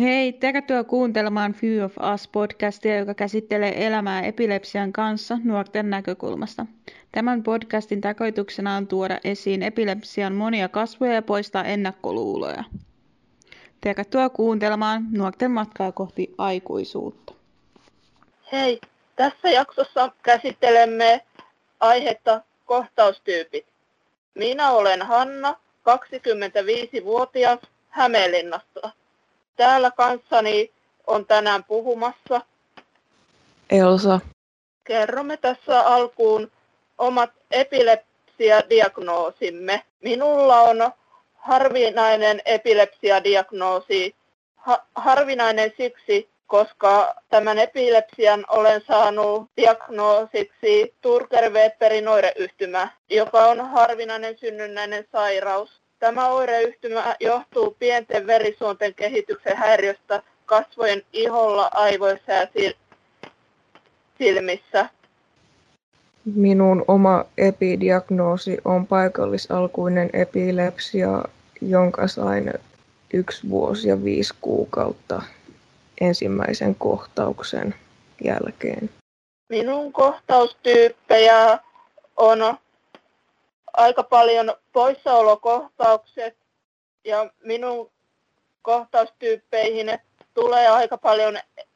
Hei, tervetuloa kuuntelemaan Few of Us-podcastia, joka käsittelee elämää epilepsian kanssa nuorten näkökulmasta. Tämän podcastin tarkoituksena on tuoda esiin epilepsian monia kasvoja ja poistaa ennakkoluuloja. Tervetuloa kuuntelemaan nuorten matkaa kohti aikuisuutta. Hei, tässä jaksossa käsittelemme aihetta kohtaustyypit. Minä olen Hanna, 25-vuotias Hämeenlinnasta. Täällä kanssani on tänään puhumassa Elsa. Kerromme tässä alkuun omat epilepsiadiagnoosimme. Minulla on harvinainen epilepsiadiagnoosi. Harvinainen siksi, koska tämän epilepsian olen saanut diagnoosiksi Sturger-Weberin oireyhtymä, joka on harvinainen synnynnäinen sairaus. Tämä oireyhtymä johtuu pienten verisuonten kehityksen häiriöstä kasvojen iholla, aivoissa ja silmissä. Minun oma epidiagnoosi on paikallisalkuinen epilepsia, jonka sain 1 vuosi ja 5 kuukautta ensimmäisen kohtauksen jälkeen. Minun kohtaustyyppejä on aika paljon poissaolokohtaukset ja minun kohtaustyyppeihin tulee aika paljon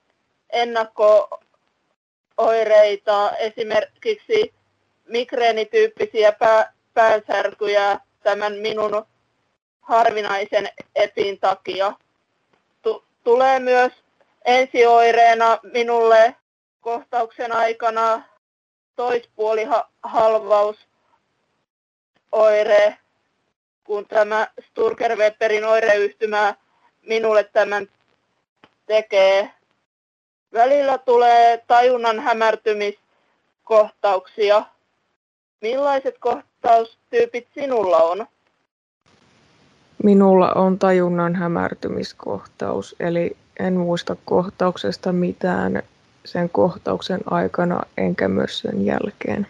ennakko-oireita, esimerkiksi migreenityyppisiä päänsärkyjä tämän minun harvinaisen epin takia. Tulee myös ensioireena minulle kohtauksen aikana toispuolihalvausoire, kun tämä Sturger-Weberin oireyhtymä minulle tämän tekee. Välillä tulee tajunnan hämärtymiskohtauksia. Millaiset kohtaustyypit sinulla on? Minulla on tajunnan hämärtymiskohtaus, eli en muista kohtauksesta mitään sen kohtauksen aikana enkä myös sen jälkeen.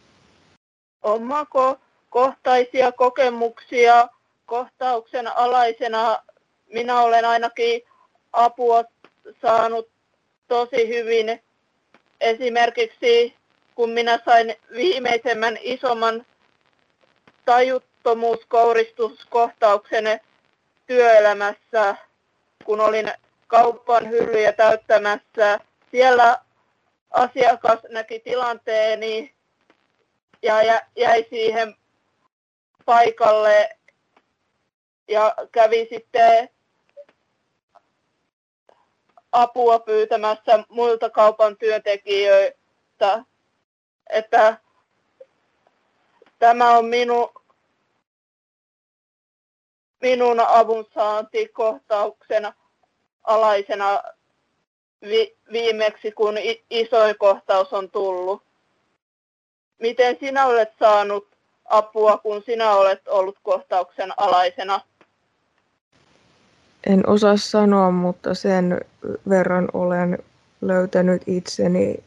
Omako kohtaisia kokemuksia kohtauksen alaisena? Minä olen ainakin apua saanut tosi hyvin. Esimerkiksi kun minä sain viimeisemmän isomman tajuttomuuskouristuskohtauksen työelämässä, kun olin kaupan hyllyjä täyttämässä. Siellä asiakas näki tilanteeni ja jäi siihen paikalle ja kävi sitten apua pyytämässä muilta kaupan työntekijöiltä, että tämä on minun avunsaanti kohtauksen alaisena viimeksi, kun isoin kohtaus on tullut. Miten sinä olet saanut apua, kun sinä olet ollut kohtauksen alaisena? En osaa sanoa, mutta sen verran olen löytänyt itseni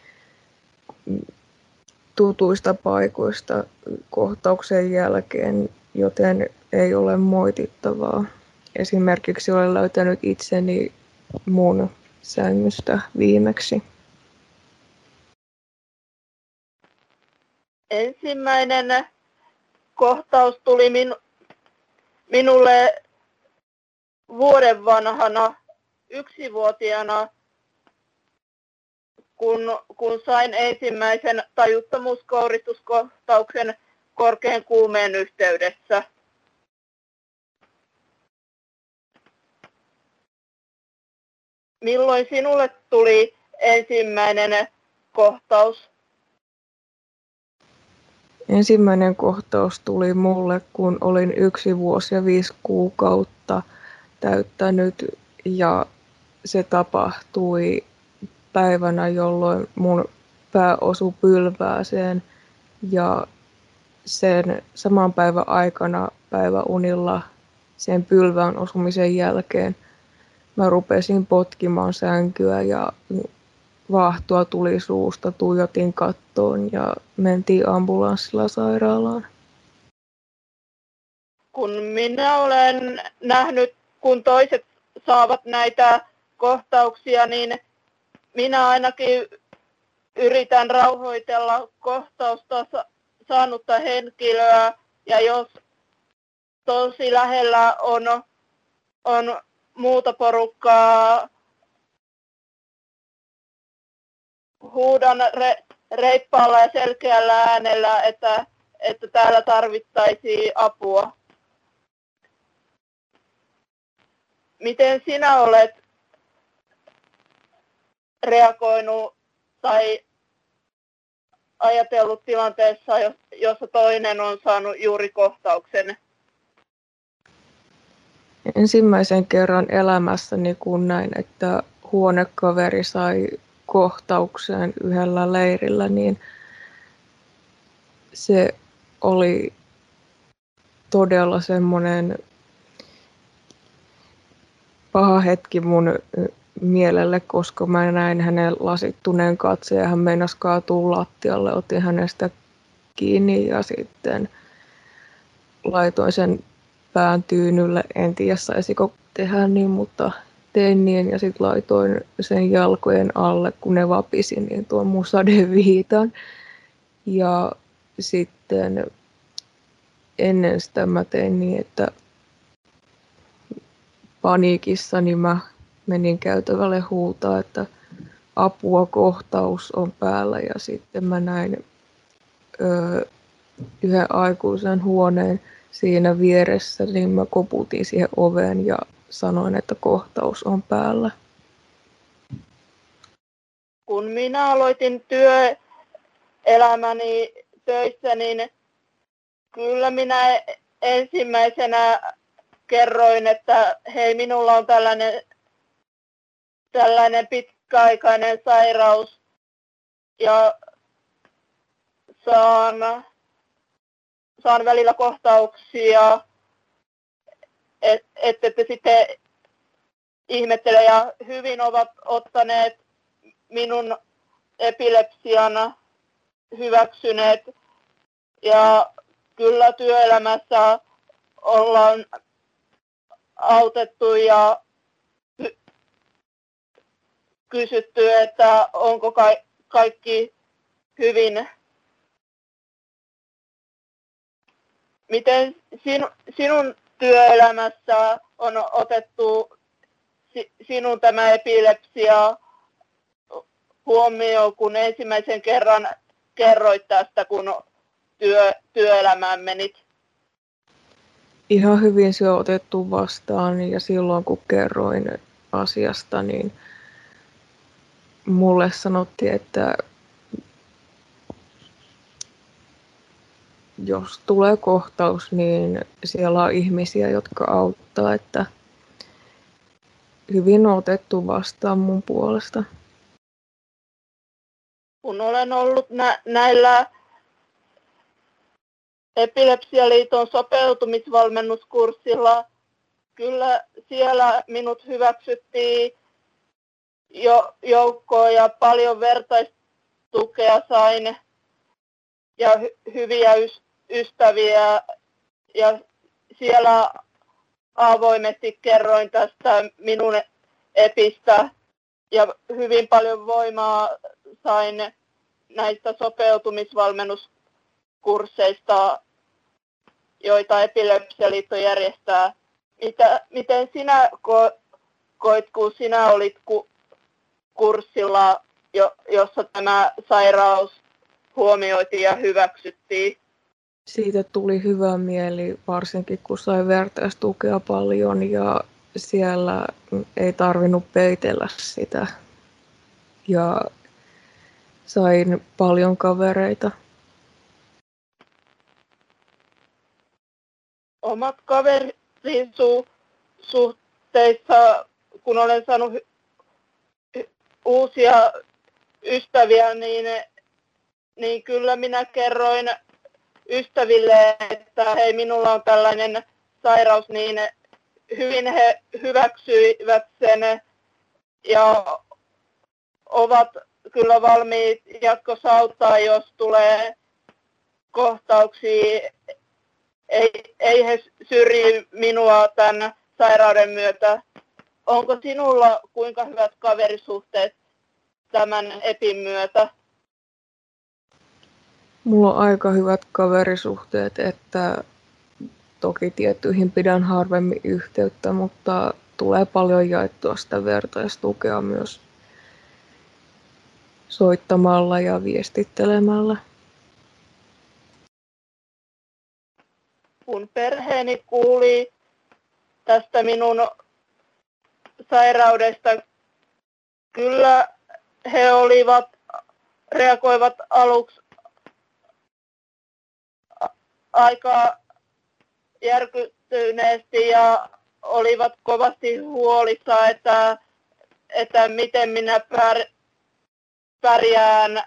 tutuista paikoista kohtauksen jälkeen, joten ei ole moitittavaa. Esimerkiksi olen löytänyt itseni mun sängystä viimeksi. Ensimmäinen kohtaus tuli minulle vuoden vanhana, 1-vuotiaana, kun sain ensimmäisen tajuttomuuskouristuskohtauksen korkean kuumeen yhteydessä. Milloin sinulle tuli ensimmäinen kohtaus? Ensimmäinen kohtaus tuli mulle, kun olin 1 vuosi ja 5 kuukautta täyttänyt, ja se tapahtui päivänä, jolloin mun pää osui pylvääseen, ja sen saman päivän aikana päiväunilla sen pylvään osumisen jälkeen mä rupesin potkimaan sänkyä ja vaahtoa tuli suusta, tuijotin kattoon ja mentiin ambulanssilla sairaalaan. Kun minä olen nähnyt, kun toiset saavat näitä kohtauksia, niin minä ainakin yritän rauhoitella kohtausta saanutta henkilöä, ja jos tosi lähellä on muuta porukkaa, huudan reippaalla ja selkeällä äänellä, että täällä tarvittaisiin apua. Miten sinä olet reagoinut tai ajatellut tilanteessa, jossa toinen on saanut juuri kohtauksen? Ensimmäisen kerran elämässäni kun näin, että huonekaveri sai kohtauksen yhdellä leirillä, niin se oli todella semmoinen paha hetki mun mielelle, koska mä näin hänen lasittuneen katseen ja hän meinasi kaatua lattialle. Otin hänestä kiinni ja sitten laitoin sen pään tyynylle. En tiedä saisiko tehdä niin, mutta tein niin ja sitten laitoin sen jalkojen alle, kun ne vapisi, niin tuon mun sadeviitan. Ja sitten ennen sitä mä tein niin, että paniikissa niin mä menin käytävälle huutaa, että apua, kohtaus on päällä, ja sitten mä näin yhden aikuisen huoneen siinä vieressä, niin mä koputin siihen oveen ja sanoin, että kohtaus on päällä. Kun minä aloitin työelämäni töissä, niin kyllä minä ensimmäisenä kerroin, että hei, minulla on tällainen pitkäaikainen sairaus ja saan välillä kohtauksia, että te sitten ihmettele, ja hyvin ovat ottaneet minun epilepsian, hyväksyneet, ja kyllä työelämässä ollaan autettu ja kysytty, että onko kaikki hyvin. Miten sinun työelämässä on otettu sinun tämä epilepsia huomioon, kun ensimmäisen kerran kerroit tästä, kun työelämään menit? Ihan hyvin se on otettu vastaan, ja silloin kun kerroin asiasta, niin mulle sanottiin, että jos tulee kohtaus, niin siellä on ihmisiä, jotka auttaa, että hyvin on otettu vastaan mun puolesta. Kun olen ollut näillä Epilepsialiiton sopeutumisvalmennuskurssilla, kyllä siellä minut hyväksyttiin joukkoon ja paljon vertaistukea sain ja hyviä ystäviä, ja siellä avoimesti kerroin tästä minun epistä ja hyvin paljon voimaa sain näistä sopeutumisvalmennuskursseista, joita Epilepsialiitto järjestää. Miten sinä koit, kun sinä olit kurssilla, jossa tämä sairaus huomioitiin ja hyväksyttiin? Siitä tuli hyvä mieli, varsinkin kun sai vertaistukea paljon ja siellä ei tarvinnut peitellä sitä. Ja sain paljon kavereita. Omat kaverisuhteissa, kun olen saanut uusia ystäviä, niin kyllä minä kerroin ystäville, että hei, minulla on tällainen sairaus, niin hyvin he hyväksyivät sen ja ovat kyllä valmiit jatkossa auttaa, jos tulee kohtauksia. Ei he syrji minua tämän sairauden myötä. onko sinulla kuinka hyvät kaverisuhteet tämän epin myötä? Mulla on aika hyvät kaverisuhteet, että toki tiettyihin pidän harvemmin yhteyttä, mutta tulee paljon jaettua sitä vertaistukea myös soittamalla ja viestittelemällä. Kun perheeni kuuli tästä minun sairaudesta, kyllä he reagoivat aluksi aika järkyttyneesti ja olivat kovasti huolissaan, että miten minä pärjään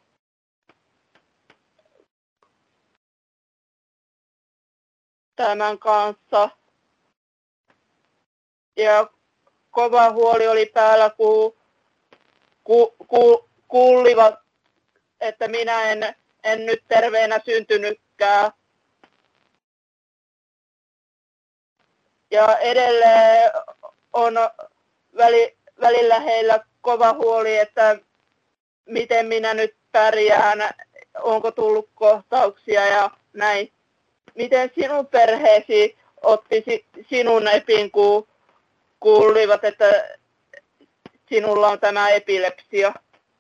tämän kanssa. Ja kova huoli oli päällä, kun kuulivat, että minä en nyt terveenä syntynytkään. Ja edelleen on välillä heillä kova huoli, että miten minä nyt pärjään, onko tullut kohtauksia ja näin. Miten sinun perheesi otti sinun epin, kun kuulivat, että sinulla on tämä epilepsia?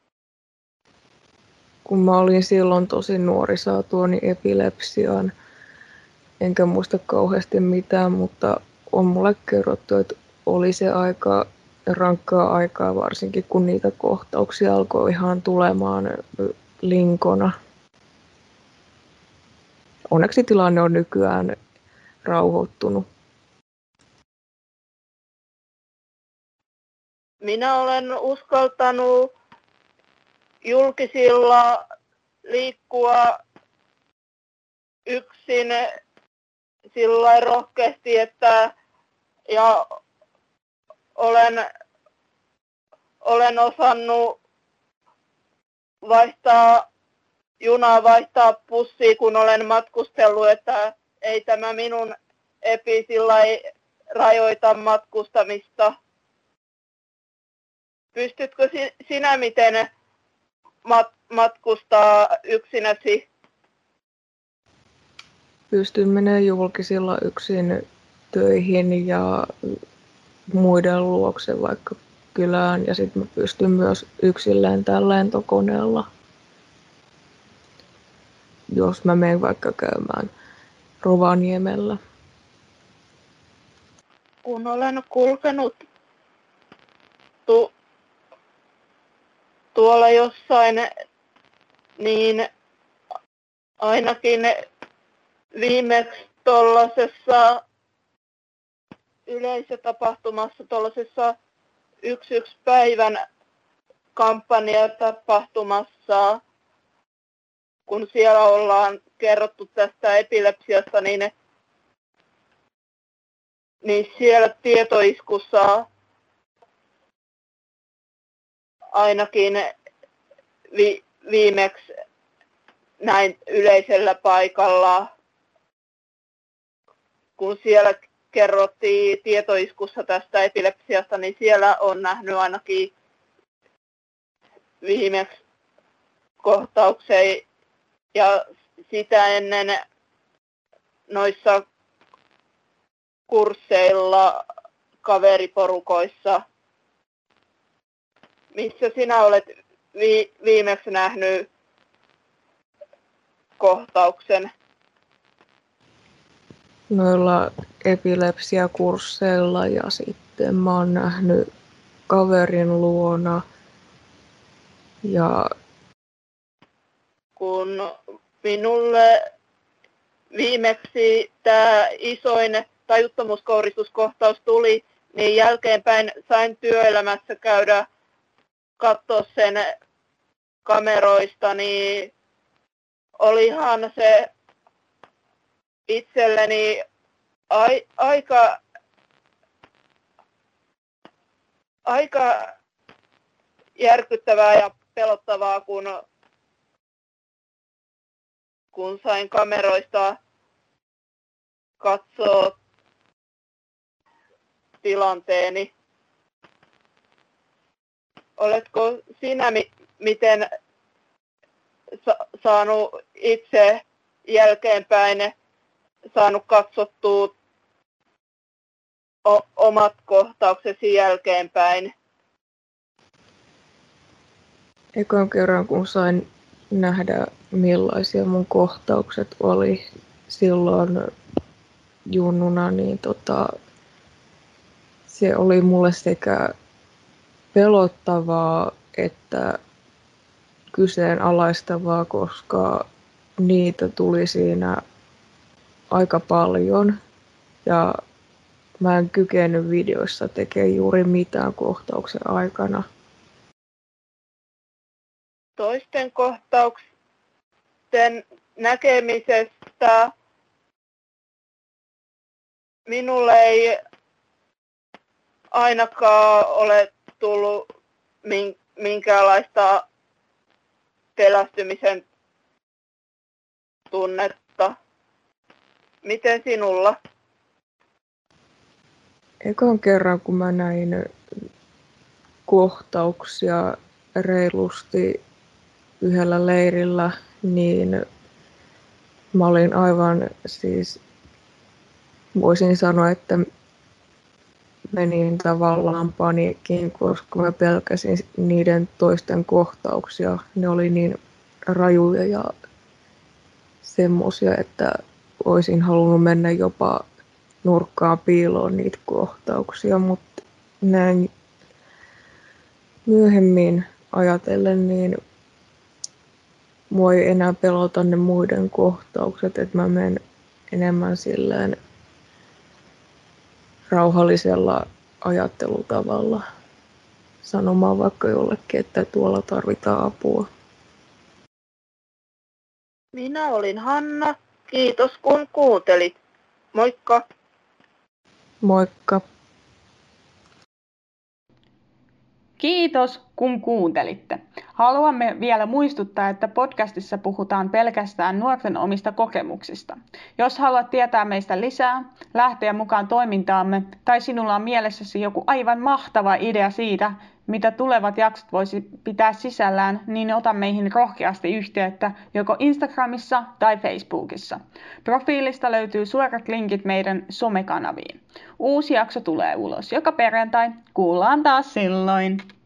Kun mä olin silloin tosi nuori saatuani epilepsiaan, enkä muista kauheasti mitään, mutta on mulle kerrottu, että oli se aika rankkaa aikaa, varsinkin kun niitä kohtauksia alkoi ihan tulemaan linkona. Onneksi tilanne on nykyään rauhoittunut. Minä olen uskaltanut julkisilla liikkua yksin sillä rohkeasti, ja olen osannut vaihtaa bussia, kun olen matkustellut, että ei tämä minun epi sillä ei rajoita matkustamista. Pystytkö sinä miten matkustaa yksinäsi? Pystyn menemään julkisilla yksin töihin ja muiden luokse vaikka kylään, ja sitten mä pystyn myös yksin lentämään lentokoneella, jos mä menen vaikka käymään Rovaniemellä. Kun olen kulkenut tuolla jossain, niin ainakin viimeksi tuollaisessa yleisötapahtumassa, tuollaisessa 1.1 päivän kampanjatapahtumassa, kun siellä ollaan kerrottu tästä epilepsiasta, niin siellä tietoiskussa ainakin viimeksi näin yleisellä paikalla, kun siellä kerrottiin tietoiskussa tästä epilepsiasta, niin siellä on nähnyt ainakin viimeksi kohtauksen, ja sitä ennen noissa kursseilla, kaveriporukoissa. Missä sinä olet viimeksi nähnyt kohtauksen? Noilla epilepsiakursseilla, ja sitten mä oon nähnyt kaverin luona. Ja kun minulle viimeksi tämä isoin tajuttomuuskouristuskohtaus tuli, niin jälkeenpäin sain työelämässä käydä katsoa sen kameroista, niin olihan se itselleni aika järkyttävää ja pelottavaa, kun sain kameroista katsoa tilanteeni. Oletko sinä miten saanut itse jälkeenpäin saanut katsottua omat kohtauksesi jälkeenpäin? Ekan kerran, kun sain nähdä, millaisia mun kohtaukset oli silloin junnuna, niin se oli mulle sekä pelottavaa että kyseenalaistavaa, koska niitä tuli siinä aika paljon ja mä en kykennyt videoissa tekemään juuri mitään kohtauksen aikana. Toisten kohtausten näkemisestä minulle ei ainakaan ole tullut minkäänlaista pelästymisen tunnetta. Miten sinulla? Ekan kerran, kun mä näin kohtauksia reilusti yhdellä leirillä, niin mä olin aivan voisin sanoa, että menin tavallaan paniikkiin, koska mä pelkäsin niiden toisten kohtauksia. Ne oli niin rajuja ja semmosia, että olisin halunnut mennä jopa nurkkaan piiloon niitä kohtauksia, mutta näin myöhemmin ajatellen, niin mua ei enää pelota ne muiden kohtaukset, että mä menen enemmän silleen rauhallisella ajattelutavalla sanomaan vaikka jollekin, että tuolla tarvitaan apua. Minä olin Hanna. Kiitos kun kuuntelit. Moikka! Moikka! Kiitos, kun kuuntelitte. Haluamme vielä muistuttaa, että podcastissa puhutaan pelkästään nuorten omista kokemuksista. Jos haluat tietää meistä lisää, lähteä mukaan toimintaamme tai sinulla on mielessäsi joku aivan mahtava idea siitä, mitä tulevat jaksot voisi pitää sisällään, niin ota meihin rohkeasti yhteyttä joko Instagramissa tai Facebookissa. Profiilista löytyy suorat linkit meidän somekanaviin. Uusi jakso tulee ulos joka perjantai. Kuullaan taas silloin!